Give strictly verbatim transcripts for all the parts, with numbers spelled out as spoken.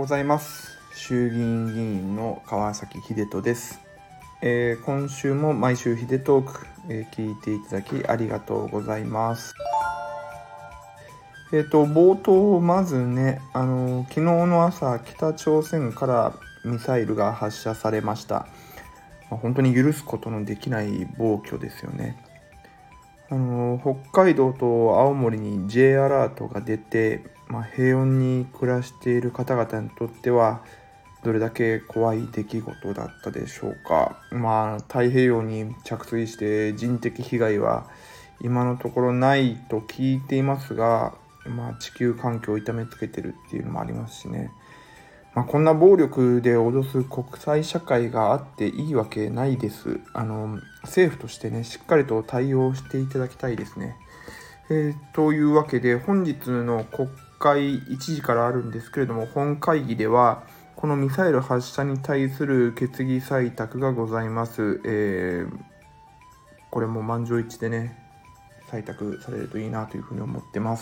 ございます。衆議院議員の川崎秀人です。えー、今週も毎週秀トーク、えー、聞いていただきありがとうございます。えーと冒頭まずね、あの昨日の朝北朝鮮からミサイルが発射されました。まあ、本当に許すことのできない暴挙ですよね。あの北海道と青森に J アラートが出て、まあ、平穏に暮らしている方々にとってはどれだけ怖い出来事だったでしょうか。まあ、太平洋に着水して人的被害は今のところないと聞いていますが、まあ、地球環境を痛めつけてるっていうのもありますしね。まあ、こんな暴力で脅す国際社会があっていいわけないです。あの政府としてね、しっかりと対応していただきたいですね。えー、というわけで本日の国会いちじからあるんですけれども、本会議ではこのミサイル発射に対する決議採択がございます。えー、これも満場一致でね、採択されるといいなというふうに思ってます。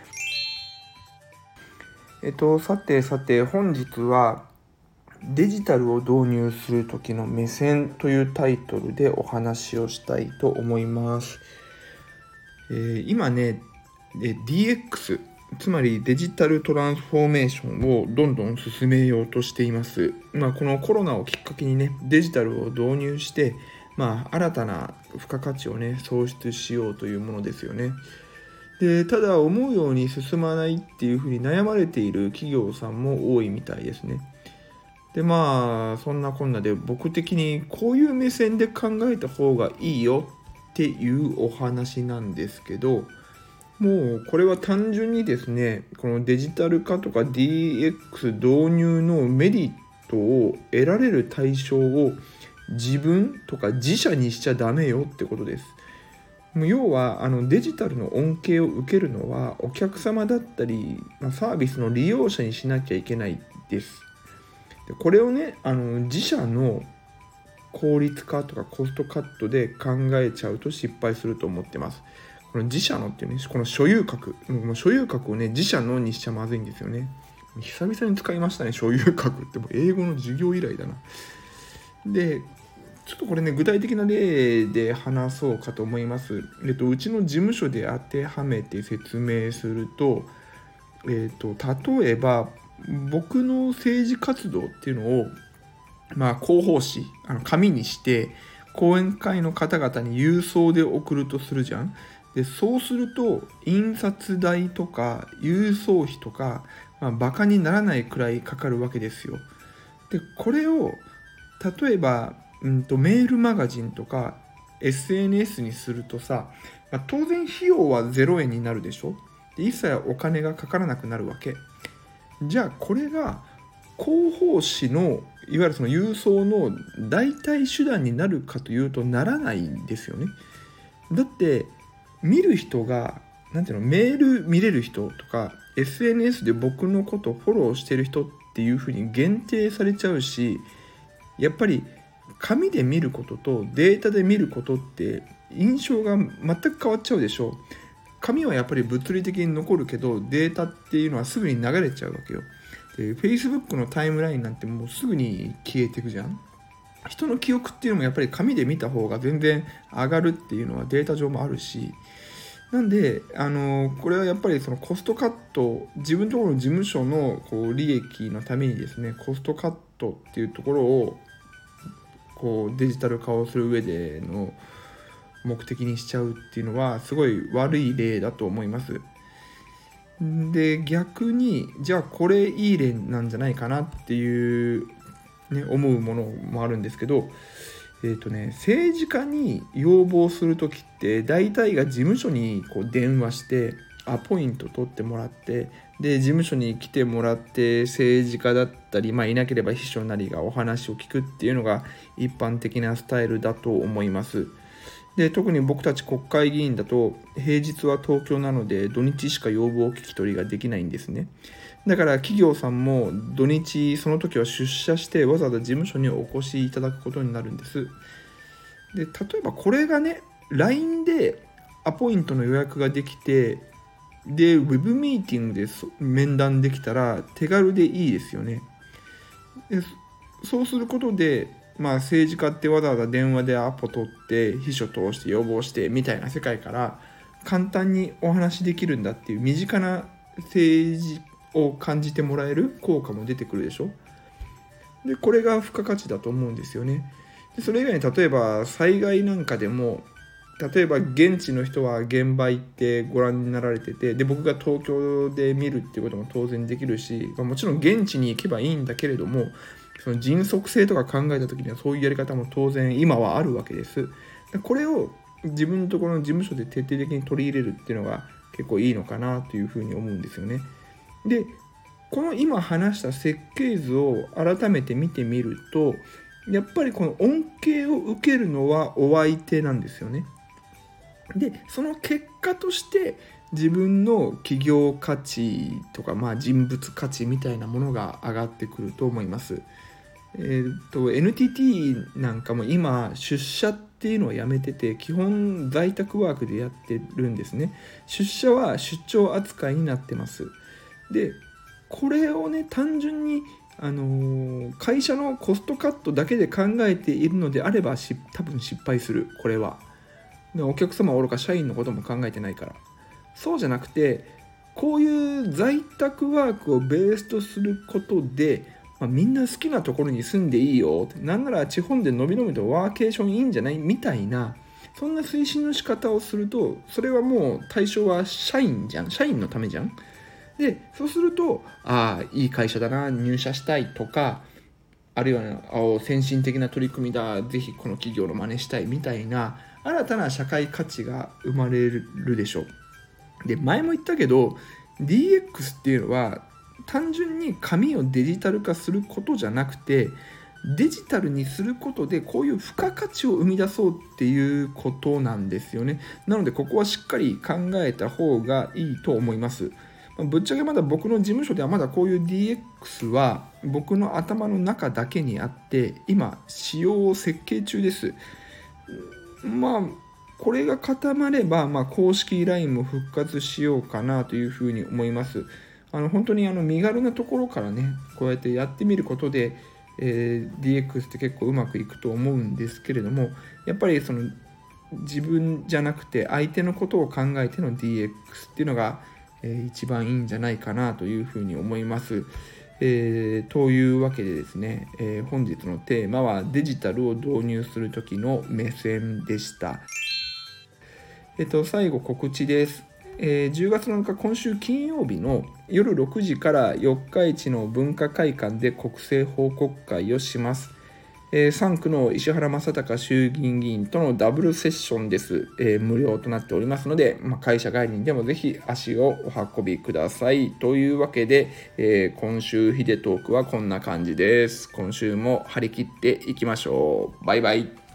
えっと、さてさて本日はデジタルを導入する時の目線というタイトルでお話をしたいと思います。えー、今ね ディーエックス つまりデジタルトランスフォーメーションをどんどん進めようとしています。まあ、このコロナをきっかけにね、デジタルを導入して、まあ、新たな付加価値をね創出しようというものですよね。でただ思うように進まないっていうふうに悩まれている企業さんも多いみたいですね。でまあそんなこんなで僕的にこういう目線で考えた方がいいよっていうお話なんですけど、もうこれは単純にですね、このデジタル化とか ディーエックス 導入のメリットを得られる対象を自分とか自社にしちゃダメよってことです。要はあのデジタルの恩恵を受けるのはお客様だったり、まあ、サービスの利用者にしなきゃいけないです。でこれをね、あの自社の効率化とかコストカットで考えちゃうと失敗すると思ってます。この自社のっていうね、この所有格、もう所有格をね自社のにしちゃまずいんですよね。久々に使いましたね、所有格って。もう英語の授業以来だな。でちょっとこれね、具体的な例で話そうかと思います。えっと、うちの事務所で当てはめて説明すると、えっと、例えば僕の政治活動っていうのを、まあ、広報誌、あの紙にして講演会の方々に郵送で送るとするじゃん。でそうすると印刷代とか郵送費とか、まあ、バカにならないくらいかかるわけですよ。でこれを例えばうんとメールマガジンとか エスエヌエス にするとさ、まあ、当然費用はゼロえんになるでしょ。で一切お金がかからなくなるわけ。じゃあこれが広報誌のいわゆるその郵送の代替手段になるかというとならないんですよね。だって見る人がなんていうの、メール見れる人とか エスエヌエス で僕のことをフォローしてる人っていうふうに限定されちゃうし、やっぱり紙で見ることとデータで見ることって印象が全く変わっちゃうでしょう。紙はやっぱり物理的に残るけど、データっていうのはすぐに流れちゃうわけよ。で Facebook のタイムラインなんてもうすぐに消えていくじゃん。人の記憶っていうのもやっぱり紙で見た方が全然上がるっていうのはデータ上もあるし、なんであのこれはやっぱりそのコストカット、自分のところの事務所のこう利益のためにですね、コストカットっていうところをこうデジタル化をする上での目的にしちゃうっていうのはすごい悪い例だと思います。で逆にじゃあこれいい例なんじゃないかなっていう、ね、思うものもあるんですけど、えーとね、政治家に要望するときって大体が事務所にこう電話してアポイント取ってもらって、で事務所に来てもらって政治家だったり、まあ、いなければ秘書なりがお話を聞くっていうのが一般的なスタイルだと思います。で特に僕たち国会議員だと平日は東京なので土日しか要望聞き取りができないんですね。だから企業さんも土日その時は出社してわざわざ事務所にお越しいただくことになるんです。で例えばこれがね ライン でアポイントの予約ができてでウェブミーティングで面談できたら手軽でいいですよね。でそうすることで、まあ、政治家ってわざわざ電話でアポ取って秘書通して要望してみたいな世界から簡単にお話できるんだっていう身近な政治を感じてもらえる効果も出てくるでしょ。でこれが付加価値だと思うんですよね。でそれ以外に例えば災害なんかでも、例えば現地の人は現場行ってご覧になられてて、で僕が東京で見るっていうことも当然できるし、もちろん現地に行けばいいんだけれども、その迅速性とか考えた時にはそういうやり方も当然今はあるわけです。でこれを自分のところの事務所で徹底的に取り入れるっていうのが結構いいのかなというふうに思うんですよね。でこの今話した設計図を改めて見てみると、やっぱりこの恩恵を受けるのはお相手なんですよね。でその結果として自分の企業価値とか、まあ、人物価値みたいなものが上がってくると思います。えー、と エヌティーティー なんかも今出社っていうのをやめてて、基本在宅ワークでやってるんですね。出社は出張扱いになってます。でこれをね単純にあのー、会社のコストカットだけで考えているのであればし多分失敗する。これはでお客様おろか社員のことも考えてないから。そうじゃなくて、こういう在宅ワークをベースとすることで、まあ、みんな好きなところに住んでいいよ、なんなら地方でのびのびとワーケーションいいんじゃないみたいな、そんな推進の仕方をすると、それはもう対象は社員じゃん、社員のためじゃん。でそうすると、ああいい会社だな、入社したいとか、あるいは、ね、あ先進的な取り組みだ、ぜひこの企業の真似したいみたいな新たな社会価値が生まれるでしょう。で前も言ったけど ディーエックス っていうのは単純に紙をデジタル化することじゃなくて、デジタルにすることでこういう付加価値を生み出そうっていうことなんですよね。なのでここはしっかり考えた方がいいと思います。ぶっちゃけまだ僕の事務所ではまだこういう ディーエックス は僕の頭の中だけにあって今仕様を設計中です。まあこれが固まれば、まあ、公式 ライン も復活しようかなというふうに思います。あの本当にあの身軽なところからねこうやってやってみることで、えー、ディーエックス って結構うまくいくと思うんですけれども、やっぱりその自分じゃなくて相手のことを考えての ディーエックス っていうのが、えー、一番いいんじゃないかなというふうに思います。えー、というわけでですね、えー、本日のテーマはデジタルを導入する時の目線でした。えっと、最後告知です。えー、じゅうがつなのか今週金曜日の夜ろくじから四日市の文化会館で国政報告会をします。えー、さん区の石原正隆衆議院議員とのダブルセッションです。えー、無料となっておりますので、まあ、会社帰りにでもぜひ足をお運びください。というわけで、えー、今週ヒデトークはこんな感じです。今週も張り切っていきましょう。バイバイ。